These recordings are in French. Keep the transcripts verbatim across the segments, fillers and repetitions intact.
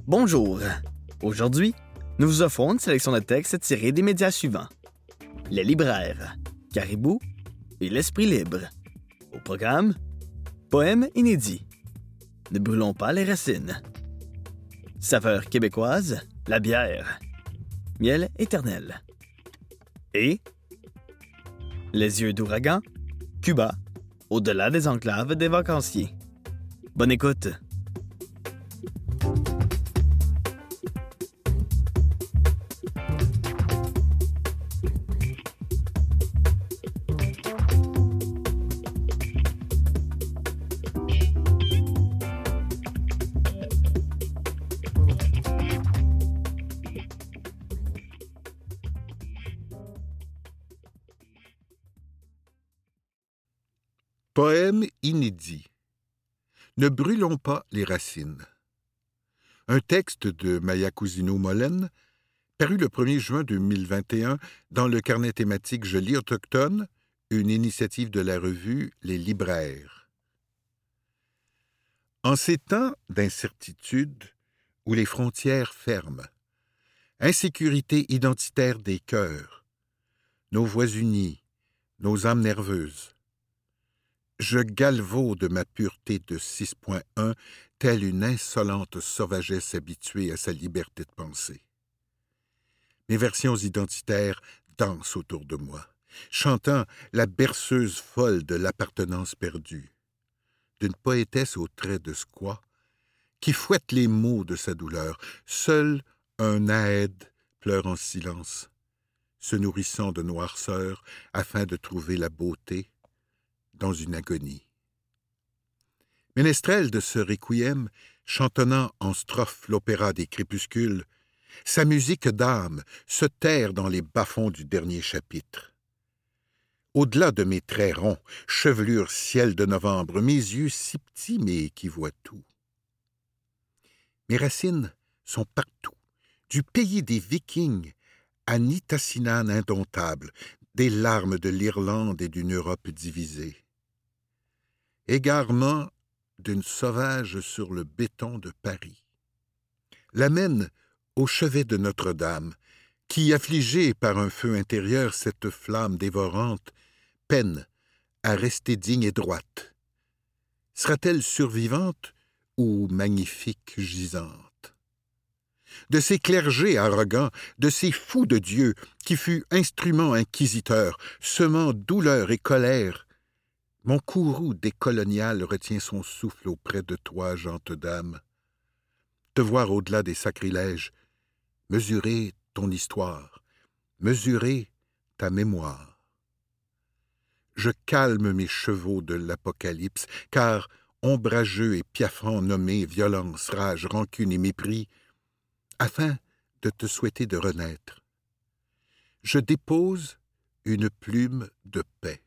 Bonjour. Aujourd'hui, nous vous offrons une sélection de textes tirés des médias suivants. Les libraires, Caribou et l'Esprit libre. Au programme, poèmes inédits. Ne brûlons pas les racines. Saveurs québécoises, la bière. Miel éternel. Et Les yeux d'ouragan, Cuba, au-delà des enclaves des vacanciers. Bonne écoute. Poème inédit. Ne brûlons pas les racines. Un texte de Maya Cousineau-Mollen, paru le premier juin deux mille vingt et un dans le carnet thématique Je lis autochtone, une initiative de la revue Les Libraires. En ces temps d'incertitude où les frontières ferment, insécurité identitaire des cœurs, nos voix unies, nos âmes nerveuses, je galvaude ma pureté de six point un, telle une insolente sauvagesse habituée à sa liberté de penser. Mes versions identitaires dansent autour de moi, chantant la berceuse folle de l'appartenance perdue, d'une poétesse aux traits de squat, qui fouette les mots de sa douleur. Seul un aède pleure en silence, se nourrissant de noirceur afin de trouver la beauté dans une agonie. Ménestrel de ce requiem, chantonnant en strophe l'opéra des crépuscules, sa musique d'âme se terre dans les bas-fonds du dernier chapitre. Au-delà de mes traits ronds, chevelure ciel de novembre, mes yeux si petits mais qui voient tout. Mes racines sont partout, du pays des Vikings à Nitassinan indomptable, des larmes de l'Irlande et d'une Europe divisée. Égarement d'une sauvage sur le béton de Paris. L'amène au chevet de Notre-Dame, qui, affligée par un feu intérieur, cette flamme dévorante, peine à rester digne et droite. Sera-t-elle survivante ou magnifique gisante? De ces clergés arrogants, de ces fous de Dieu, qui fut instrument inquisiteur, semant douleur et colère, mon courroux décolonial retient son souffle auprès de toi, gente dame. Te voir au-delà des sacrilèges, mesurer ton histoire, mesurer ta mémoire. Je calme mes chevaux de l'apocalypse, car, ombrageux et piaffant nommés violence, rage, rancune et mépris, afin de te souhaiter de renaître, je dépose une plume de paix.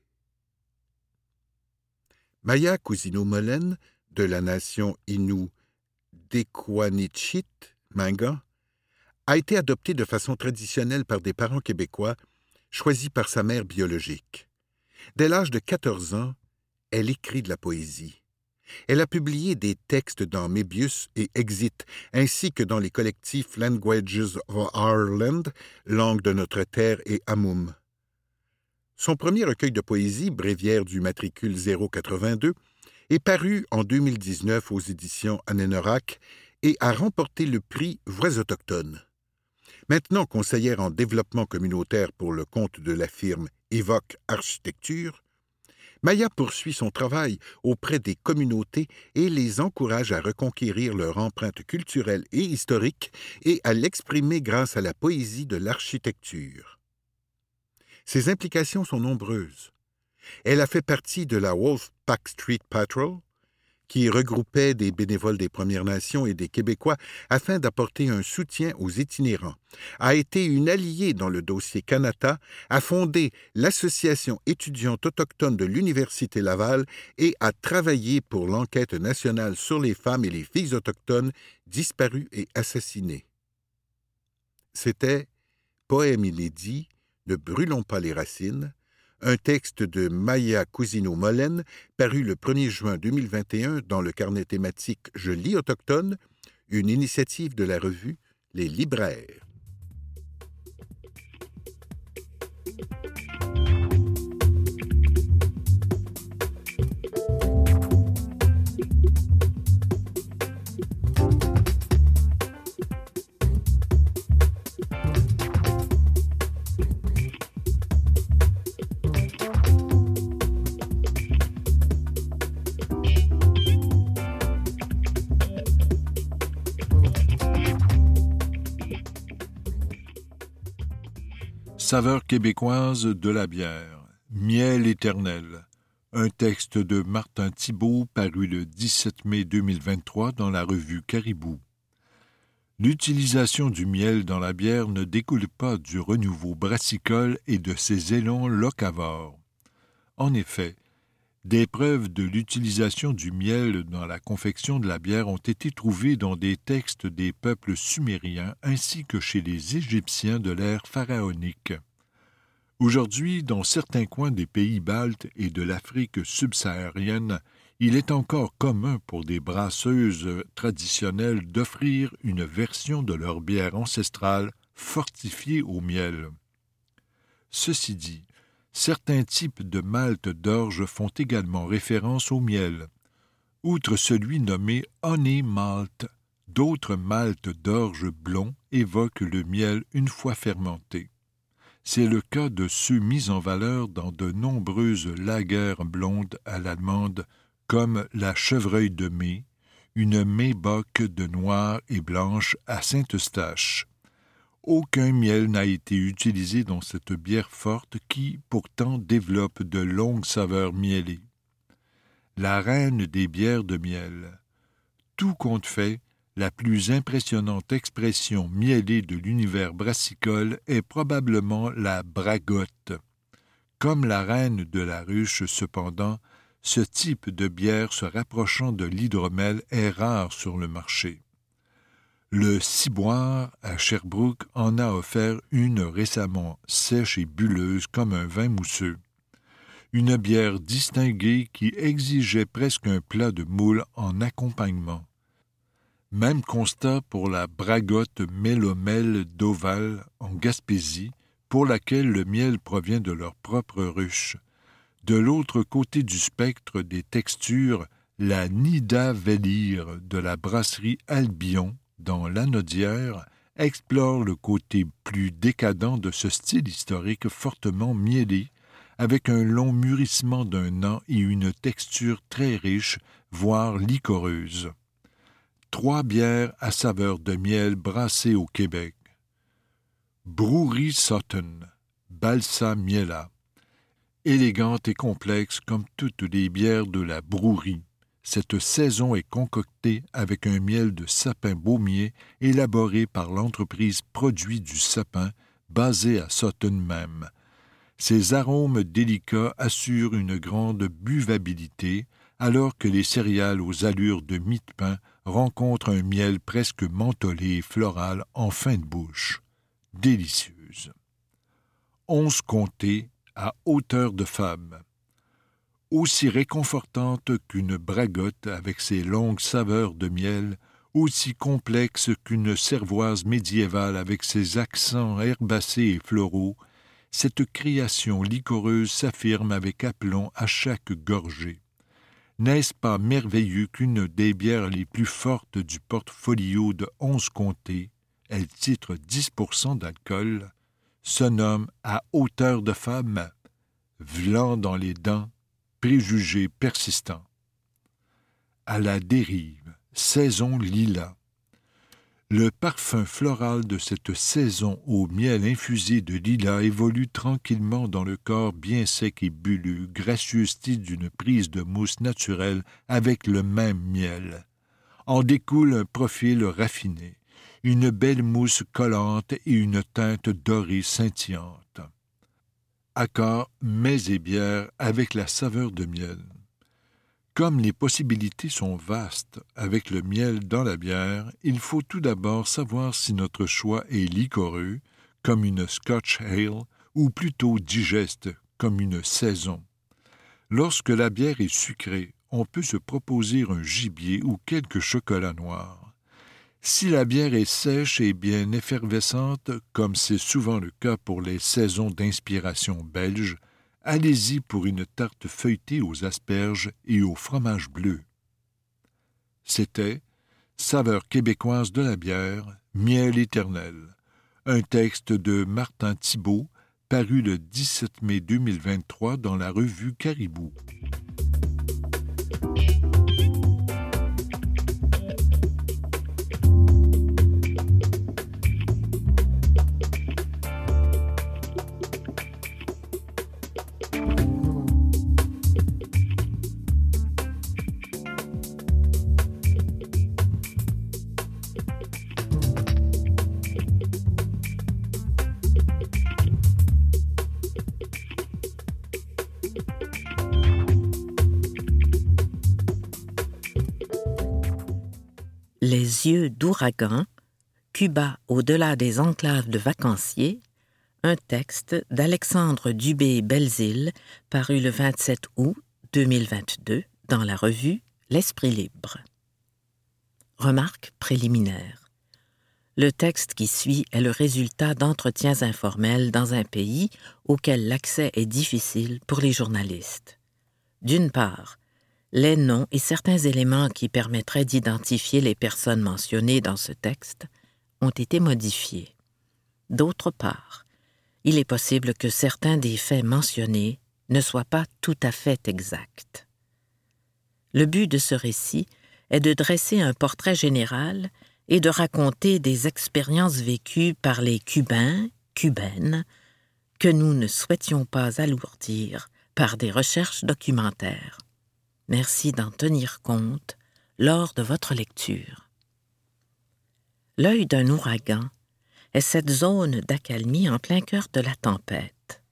Maya Cousineau-Mollen, de la nation Innu d'Equanichit, Mingan, a été adoptée de façon traditionnelle par des parents québécois, choisis par sa mère biologique. Dès l'âge de quatorze ans, elle écrit de la poésie. Elle a publié des textes dans Mébius et Exit, ainsi que dans les collectifs Languages of Ireland, Langue de notre terre et Amum. Son premier recueil de poésie, Bréviaire du matricule zéro quatre-vingt-deux, est paru en deux mille dix-neuf aux éditions Anénorak et a remporté le prix Voix autochtones. Maintenant conseillère en développement communautaire pour le compte de la firme Évoque Architecture, Maya poursuit son travail auprès des communautés et les encourage à reconquérir leur empreinte culturelle et historique et à l'exprimer grâce à la poésie de l'architecture. Ses implications sont nombreuses. Elle a fait partie de la Wolfpack Street Patrol, qui regroupait des bénévoles des Premières Nations et des Québécois afin d'apporter un soutien aux itinérants, a été une alliée dans le dossier Kanata, a fondé l'Association étudiante autochtone de l'Université Laval et a travaillé pour l'enquête nationale sur les femmes et les filles autochtones disparues et assassinées. C'était Poème inédit, Ne brûlons pas les racines, un texte de Maya Cousineau-Mollen, paru le premier juin deux mille vingt et un dans le carnet thématique Je lis autochtone, une initiative de la revue Les Libraires. Saveurs québécoises de la bière, miel éternel, un texte de Martin Thibault paru le dix-sept mai deux mille vingt-trois dans la revue Caribou. L'utilisation du miel dans la bière ne découle pas du renouveau brassicole et de ses élans locavores. En effet, des preuves de l'utilisation du miel dans la confection de la bière ont été trouvées dans des textes des peuples sumériens ainsi que chez les Égyptiens de l'ère pharaonique. Aujourd'hui, dans certains coins des pays baltes et de l'Afrique subsaharienne, il est encore commun pour des brasseuses traditionnelles d'offrir une version de leur bière ancestrale fortifiée au miel. Ceci dit, certains types de malt d'orge font également référence au miel. Outre celui nommé honey malt, d'autres maltes d'orge blond évoquent le miel une fois fermenté. C'est le cas de ceux mis en valeur dans de nombreuses lagers blondes à l'allemande, comme la Chevreuil de mai, une Maibock de noir et blanche à Saint-Eustache. Aucun miel n'a été utilisé dans cette bière forte qui, pourtant, développe de longues saveurs mielées. La reine des bières de miel. Tout compte fait, la plus impressionnante expression mielée de l'univers brassicole est probablement la bragotte. Comme la reine de la ruche, cependant, ce type de bière se rapprochant de l'hydromel est rare sur le marché. Le Ciboire, à Sherbrooke, en a offert une récemment sèche et bulleuse comme un vin mousseux. Une bière distinguée qui exigeait presque un plat de moule en accompagnement. Même constat pour la Bragotte Mélomel d'Oval en Gaspésie, pour laquelle le miel provient de leur propre ruche. De l'autre côté du spectre des textures, la Nidavellir de la brasserie Albion, dans l'Anaudière, explore le côté plus décadent de ce style historique fortement mielé, avec un long mûrissement d'un an et une texture très riche, voire liquoreuse. Trois bières à saveur de miel brassées au Québec. Brewery Sutton, Balsa Miela. Élégante et complexe comme toutes les bières de la brouerie. Cette saison est concoctée avec un miel de sapin baumier élaboré par l'entreprise Produits du Sapin, basée à Sutton même. Ses arômes délicats assurent une grande buvabilité, alors que les céréales aux allures de mie de pain rencontrent un miel presque mentholé et floral en fin de bouche. Délicieuse. Onze comtés à hauteur de femme. Aussi réconfortante qu'une bragotte avec ses longues saveurs de miel, aussi complexe qu'une cervoise médiévale avec ses accents herbacés et floraux, cette création liquoreuse s'affirme avec aplomb à chaque gorgée. N'est-ce pas merveilleux qu'une des bières les plus fortes du portfolio de onze comtés, elle titre dix pour cent d'alcool, se nomme à hauteur de femme, vlan dans les dents, préjugés persistants. À la dérive, saison lilas. Le parfum floral de cette saison au miel infusé de lilas évolue tranquillement dans le corps bien sec et bulleux, gracieuseté d'une prise de mousse naturelle avec le même miel. En découle un profil raffiné, une belle mousse collante et une teinte dorée scintillante. Accord mets et bière avec la saveur de miel. Comme les possibilités sont vastes avec le miel dans la bière, il faut tout d'abord savoir si notre choix est liquoreux, comme une Scotch Ale, ou plutôt digeste, comme une saison. Lorsque la bière est sucrée, on peut se proposer un gibier ou quelques chocolats noirs. Si la bière est sèche et bien effervescente, comme c'est souvent le cas pour les saisons d'inspiration belge, allez-y pour une tarte feuilletée aux asperges et au fromage bleu. C'était Saveurs québécoises de la bière, miel éternel, un texte de Martin Thibault, paru le dix-sept mai deux mille vingt-trois dans la revue Caribou. Les yeux d'ouragan, Cuba au-delà des enclaves de vacanciers, un texte d'Alexandre Dubé-Belzile, paru le vingt-sept août deux mille vingt-deux dans la revue L'Esprit libre. Remarque préliminaire. Le texte qui suit est le résultat d'entretiens informels dans un pays auquel l'accès est difficile pour les journalistes. D'une part, les noms et certains éléments qui permettraient d'identifier les personnes mentionnées dans ce texte ont été modifiés. D'autre part, il est possible que certains des faits mentionnés ne soient pas tout à fait exacts. Le but de ce récit est de dresser un portrait général et de raconter des expériences vécues par les Cubains, Cubaines, que nous ne souhaitions pas alourdir par des recherches documentaires. Merci d'en tenir compte lors de votre lecture. L'œil d'un ouragan est cette zone d'accalmie en plein cœur de la tempête.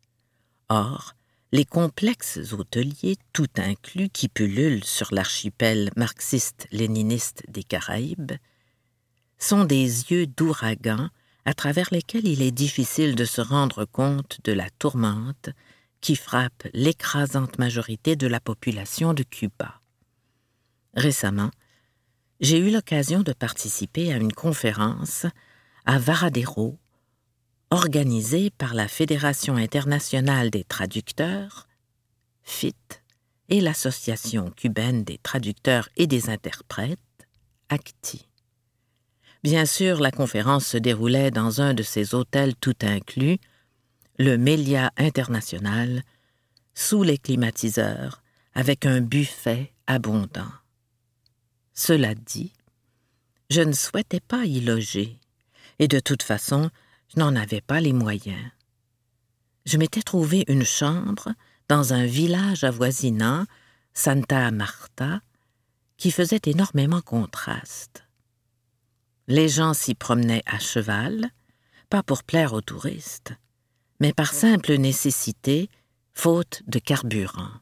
Or, les complexes hôteliers, tout inclus, qui pullulent sur l'archipel marxiste-léniniste des Caraïbes, sont des yeux d'ouragan à travers lesquels il est difficile de se rendre compte de la tourmente qui frappe l'écrasante majorité de la population de Cuba. Récemment, j'ai eu l'occasion de participer à une conférence à Varadero, organisée par la Fédération internationale des traducteurs, F I T, et l'Association cubaine des traducteurs et des interprètes, A C T I. Bien sûr, la conférence se déroulait dans un de ces hôtels tout inclus, le Melia International, sous les climatiseurs, avec un buffet abondant. Cela dit, je ne souhaitais pas y loger, et de toute façon, je n'en avais pas les moyens. Je m'étais trouvé une chambre dans un village avoisinant, Santa Marta, qui faisait énormément contraste. Les gens s'y promenaient à cheval, pas pour plaire aux touristes, mais par simple nécessité, faute de carburant.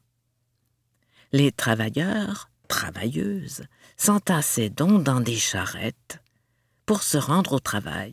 Les travailleurs, travailleuses, s'entassaient donc dans des charrettes pour se rendre au travail.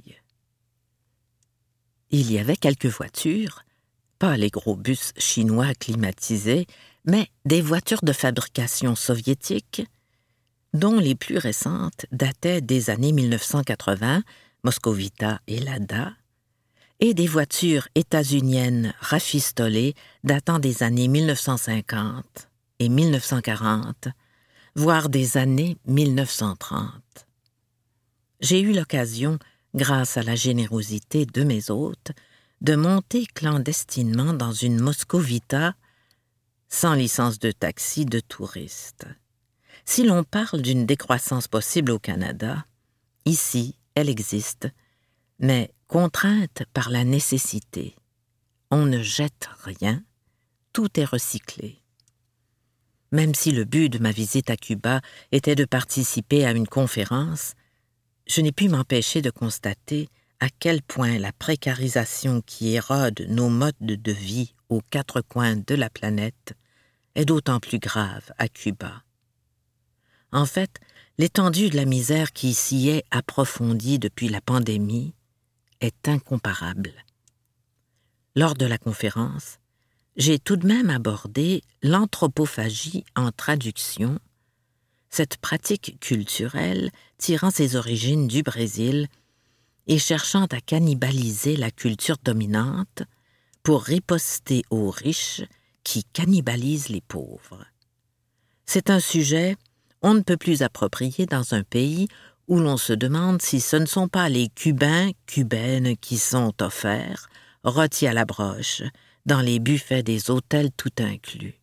Il y avait quelques voitures, pas les gros bus chinois climatisés, mais des voitures de fabrication soviétique, dont les plus récentes dataient des années mille neuf cent quatre-vingts, Moscovita et Lada, et des voitures états-uniennes rafistolées datant des années mille neuf cent cinquante et mille neuf cent quarante, voire des années mille neuf cent trente. J'ai eu l'occasion, grâce à la générosité de mes hôtes, de monter clandestinement dans une Moscovita sans licence de taxi de touriste. Si l'on parle d'une décroissance possible au Canada, ici, elle existe, mais contrainte par la nécessité. On ne jette rien, tout est recyclé. Même si le but de ma visite à Cuba était de participer à une conférence, je n'ai pu m'empêcher de constater à quel point la précarisation qui érode nos modes de vie aux quatre coins de la planète est d'autant plus grave à Cuba. En fait, l'étendue de la misère qui s'y est approfondie depuis la pandémie est incomparable. Lors de la conférence, j'ai tout de même abordé l'anthropophagie en traduction, cette pratique culturelle tirant ses origines du Brésil et cherchant à cannibaliser la culture dominante pour riposter aux riches qui cannibalisent les pauvres. C'est un sujet on ne peut plus approprié dans un pays où l'on se demande si ce ne sont pas les Cubains, Cubaines qui sont offerts, rôtis à la broche, dans les buffets des hôtels tout inclus.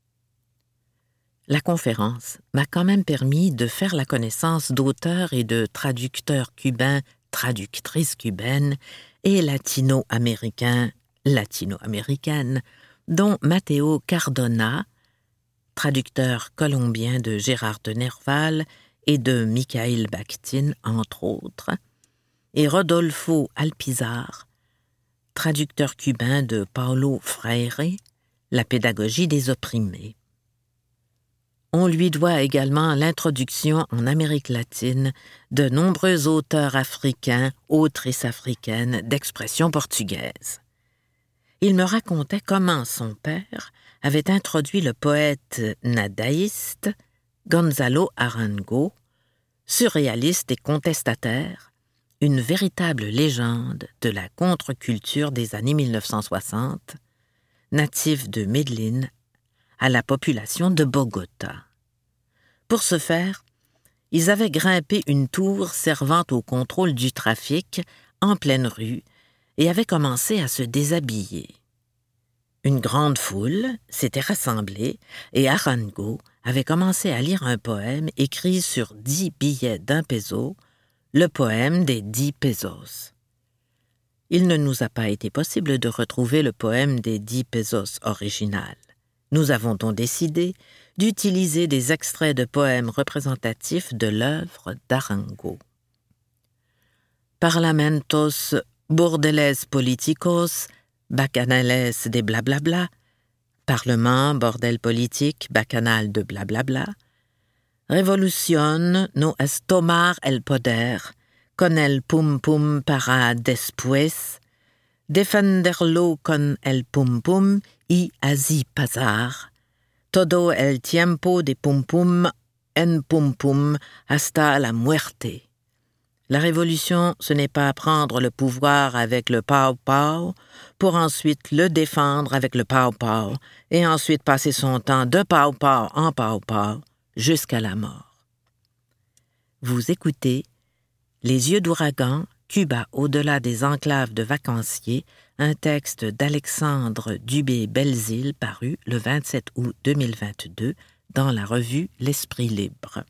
La conférence m'a quand même permis de faire la connaissance d'auteurs et de traducteurs cubains, traductrices cubaines et latino-américains, latino-américaines, dont Matteo Cardona, traducteur colombien de Gérard de Nerval et de Mikhail Bakhtin, entre autres, et Rodolfo Alpizar, traducteur cubain de Paulo Freire, La pédagogie des opprimés. On lui doit également l'introduction en Amérique latine de nombreux auteurs africains, autrices africaines d'expression portugaise. Il me racontait comment son père avait introduit le poète nadaïste Gonzalo Arango, surréaliste et contestataire, une véritable légende de la contre-culture des années mille neuf cent soixante, natif de Medellín, à la population de Bogota. Pour ce faire, ils avaient grimpé une tour servant au contrôle du trafic en pleine rue et avaient commencé à se déshabiller. Une grande foule s'était rassemblée et Arango avait commencé à lire un poème écrit sur dix billets d'un peso, le poème des dix pesos. Il ne nous a pas été possible de retrouver le poème des dix pesos original. Nous avons donc décidé d'utiliser des extraits de poèmes représentatifs de l'œuvre d'Arango. Parlamentos burdeles politicos, bacanales de blablabla, Parlement, bordel politique, bacchanal de blablabla, Revolución no es tomar el poder, con el pum pum para después, defenderlo con el pum pum y así pasar, todo el tiempo de pum pum en pum pum hasta la muerte. La révolution, ce n'est pas prendre le pouvoir avec le pow-pow pour ensuite le défendre avec le pow-pow et ensuite passer son temps de pow-pow en pow-pow jusqu'à la mort. Vous écoutez Les yeux d'ouragan, Cuba au-delà des enclaves de vacanciers, un texte d'Alexandre Dubé-Belzile paru le vingt-sept août deux mille vingt-deux dans la revue L'Esprit libre.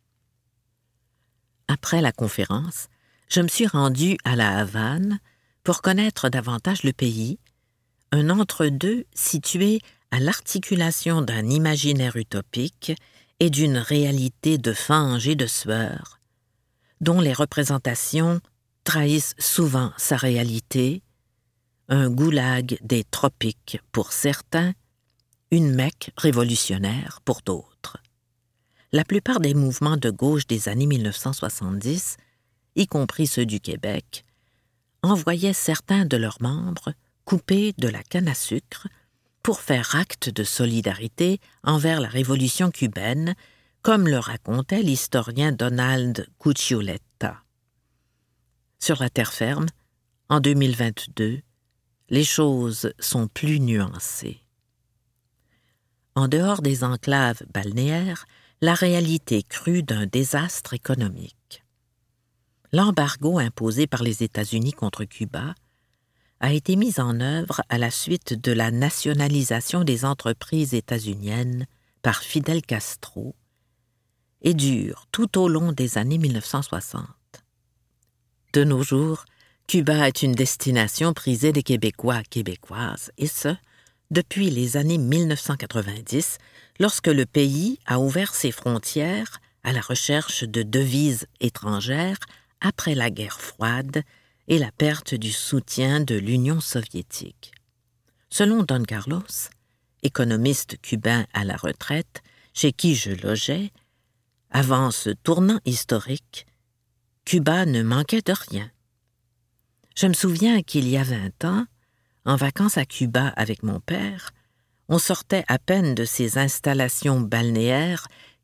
Après la conférence, je me suis rendue à La Havane pour connaître davantage le pays, un entre-deux situé à l'articulation d'un imaginaire utopique et d'une réalité de fange et de sueur, dont les représentations trahissent souvent sa réalité, un goulag des tropiques pour certains, une Mecque révolutionnaire pour d'autres. La plupart des mouvements de gauche des années mille neuf cent soixante-dix, y compris ceux du Québec, envoyaient certains de leurs membres couper de la canne à sucre pour faire acte de solidarité envers la révolution cubaine, comme le racontait l'historien Donald Cuccioletta. Sur la terre ferme, en deux mille vingt-deux, les choses sont plus nuancées. En dehors des enclaves balnéaires, la réalité crue d'un désastre économique. L'embargo imposé par les États-Unis contre Cuba a été mis en œuvre à la suite de la nationalisation des entreprises états-uniennes par Fidel Castro et dure tout au long des années mille neuf cent soixante. De nos jours, Cuba est une destination prisée des Québécois et Québécoises, et ce, depuis les années mille neuf cent quatre-vingt-dix, lorsque le pays a ouvert ses frontières à la recherche de devises étrangères après la guerre froide et la perte du soutien de l'Union soviétique. Selon Don Carlos, économiste cubain à la retraite, chez qui je logeais, avant ce tournant historique, Cuba ne manquait de rien. Je me souviens qu'il y a vingt ans, en vacances à Cuba avec mon père, on sortait à peine de ces installations balnéaires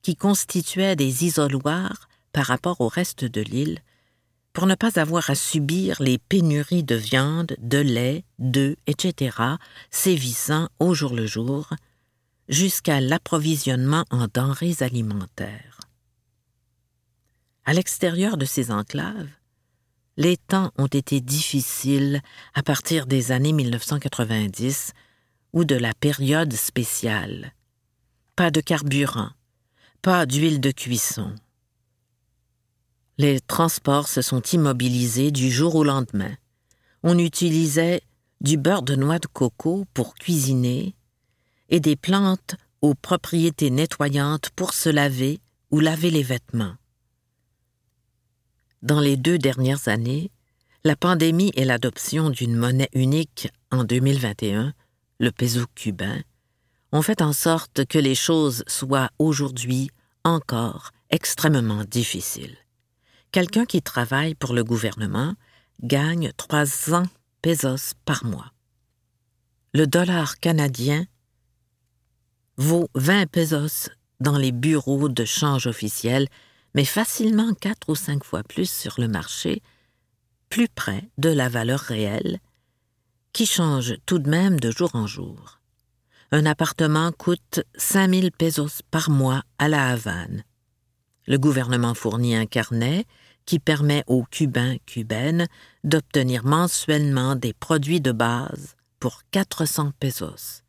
qui constituaient des isoloirs par rapport au reste de l'île, pour ne pas avoir à subir les pénuries de viande, de lait, d'œufs, et cetera, sévissant au jour le jour, jusqu'à l'approvisionnement en denrées alimentaires. À l'extérieur de ces enclaves, les temps ont été difficiles à partir des années mille neuf cent quatre-vingt-dix ou de la période spéciale. Pas de carburant, pas d'huile de cuisson. Les transports se sont immobilisés du jour au lendemain. On utilisait du beurre de noix de coco pour cuisiner et des plantes aux propriétés nettoyantes pour se laver ou laver les vêtements. Dans les deux dernières années, la pandémie et l'adoption d'une monnaie unique en deux mille vingt et un, le peso cubain, ont fait en sorte que les choses soient aujourd'hui encore extrêmement difficiles. Quelqu'un qui travaille pour le gouvernement gagne trois cents pesos par mois. Le dollar canadien vaut vingt pesos dans les bureaux de change officiels, mais facilement quatre ou cinq fois plus sur le marché, plus près de la valeur réelle, qui change tout de même de jour en jour. Un appartement coûte cinq mille pesos par mois à La Havane. Le gouvernement fournit un carnet qui permet aux Cubains, Cubaines d'obtenir mensuellement des produits de base pour quatre cents pesos.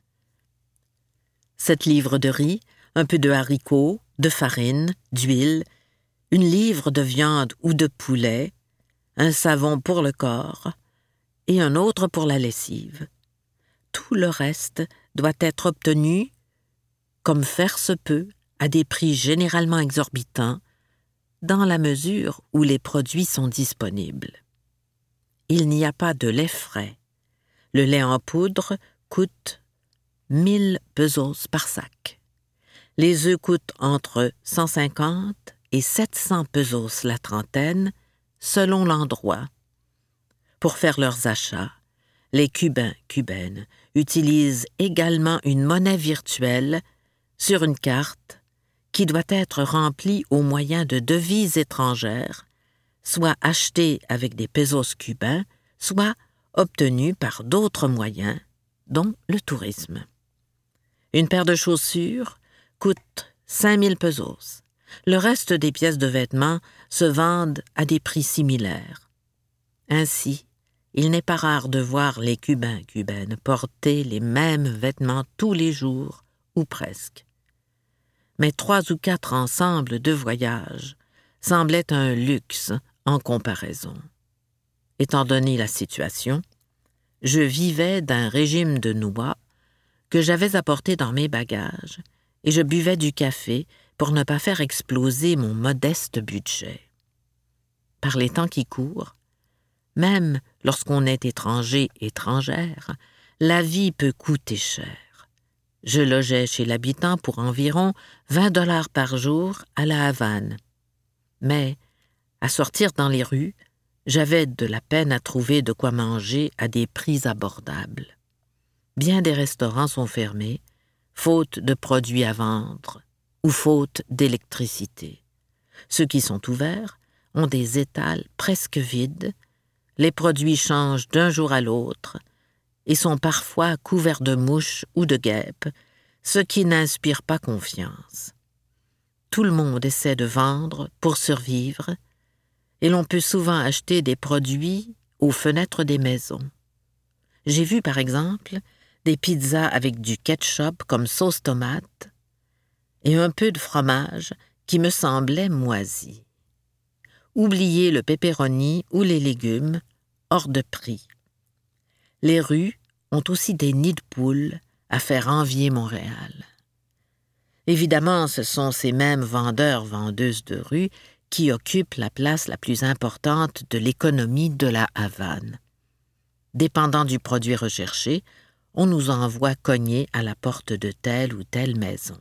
Sept livres de riz, un peu de haricots, de farine, d'huile, une livre de viande ou de poulet, un savon pour le corps et un autre pour la lessive. Tout le reste doit être obtenu, comme faire se peut, à des prix généralement exorbitants, dans la mesure où les produits sont disponibles. Il n'y a pas de lait frais. Le lait en poudre coûte mille pesos par sac. Les œufs coûtent entre cent cinquante et sept cents pesos la trentaine, selon l'endroit. Pour faire leurs achats, les Cubains, Cubaines utilisent également une monnaie virtuelle sur une carte qui doit être remplie au moyen de devises étrangères, soit achetées avec des pesos cubains, soit obtenues par d'autres moyens, dont le tourisme. Une paire de chaussures coûte cinq mille pesos. Le reste des pièces de vêtements se vendent à des prix similaires. Ainsi, il n'est pas rare de voir les Cubains, Cubaines porter les mêmes vêtements tous les jours, ou presque. Mais trois ou quatre ensembles de voyage semblaient un luxe en comparaison. Étant donné la situation, je vivais d'un régime de noix que j'avais apporté dans mes bagages et je buvais du café pour ne pas faire exploser mon modeste budget. Par les temps qui courent, même lorsqu'on est étranger, étrangère, la vie peut coûter cher. Je logeais chez l'habitant pour environ vingt dollars par jour à La Havane. Mais, à sortir dans les rues, j'avais de la peine à trouver de quoi manger à des prix abordables. Bien des restaurants sont fermés, faute de produits à vendre ou faute d'électricité. Ceux qui sont ouverts ont des étals presque vides, les produits changent d'un jour à l'autre et sont parfois couverts de mouches ou de guêpes, ce qui n'inspire pas confiance. Tout le monde essaie de vendre pour survivre et l'on peut souvent acheter des produits aux fenêtres des maisons. J'ai vu, par exemple, des pizzas avec du ketchup comme sauce tomate et un peu de fromage qui me semblait moisi. Oubliez le pepperoni ou les légumes, hors de prix. Les rues ont aussi des nids de poules à faire envier Montréal. Évidemment, ce sont ces mêmes vendeurs-vendeuses de rue qui occupent la place la plus importante de l'économie de La Havane. Dépendant du produit recherché, on nous envoie cogner à la porte de telle ou telle maison.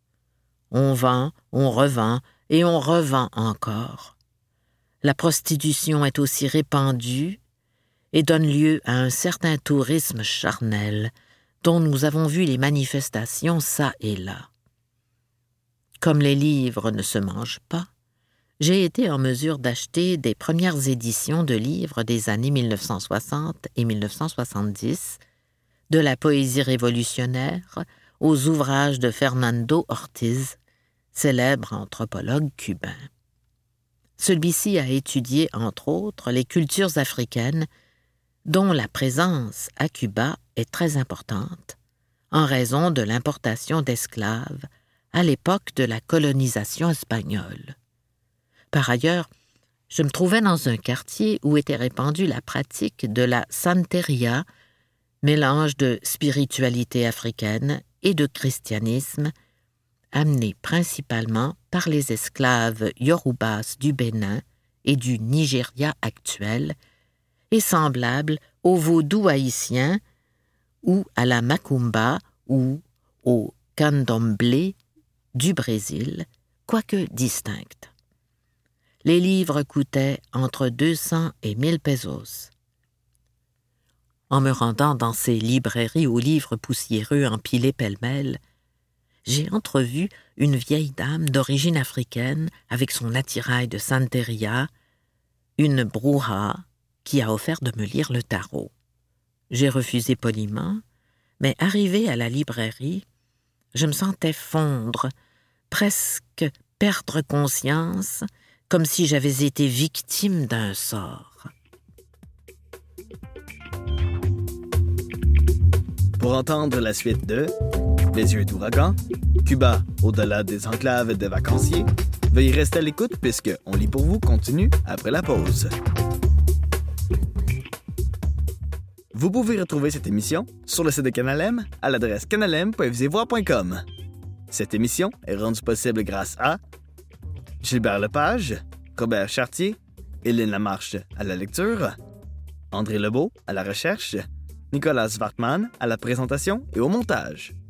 On vend, on revend et on revend encore. La prostitution est aussi répandue et donne lieu à un certain tourisme charnel dont nous avons vu les manifestations çà et là. comme les livres ne se mangent pas, j'ai été en mesure d'acheter des premières éditions de livres des années mille neuf cent soixante et mille neuf cent soixante-dix, de la poésie révolutionnaire aux ouvrages de Fernando Ortiz, célèbre anthropologue cubain. Celui-ci a étudié, entre autres, les cultures africaines, dont la présence à Cuba est très importante, en raison de l'importation d'esclaves à l'époque de la colonisation espagnole. Par ailleurs, je me trouvais dans un quartier où était répandue la pratique de la santeria, mélange de spiritualité africaine et de christianisme, amené principalement par les esclaves yorubas du Bénin et du Nigeria actuel, et semblable au vaudou haïtien ou à la macumba ou au candomblé du Brésil, quoique distinctes. Les livres coûtaient entre deux cents et mille pesos. En me rendant dans ces librairies aux livres poussiéreux empilés pêle-mêle, j'ai entrevu une vieille dame d'origine africaine avec son attirail de santeria, une bruja qui a offert de me lire le tarot. J'ai refusé poliment, mais arrivé à la librairie, je me sentais fondre, presque perdre conscience, comme si j'avais été victime d'un sort. Pour entendre la suite de Les yeux d'ouragan, Cuba, au-delà des enclaves de vacanciers, veuillez rester à l'écoute puisque On lit pour vous continue après la pause. Vous pouvez retrouver cette émission sur le site de Canal M à l'adresse canalem point f z voix point com. Cette émission est rendue possible grâce à Gilbert Lepage, Robert Chartier, Hélène Lamarche à la lecture, André Lebeau à la recherche, Nicolas Wartmann à la présentation et au montage.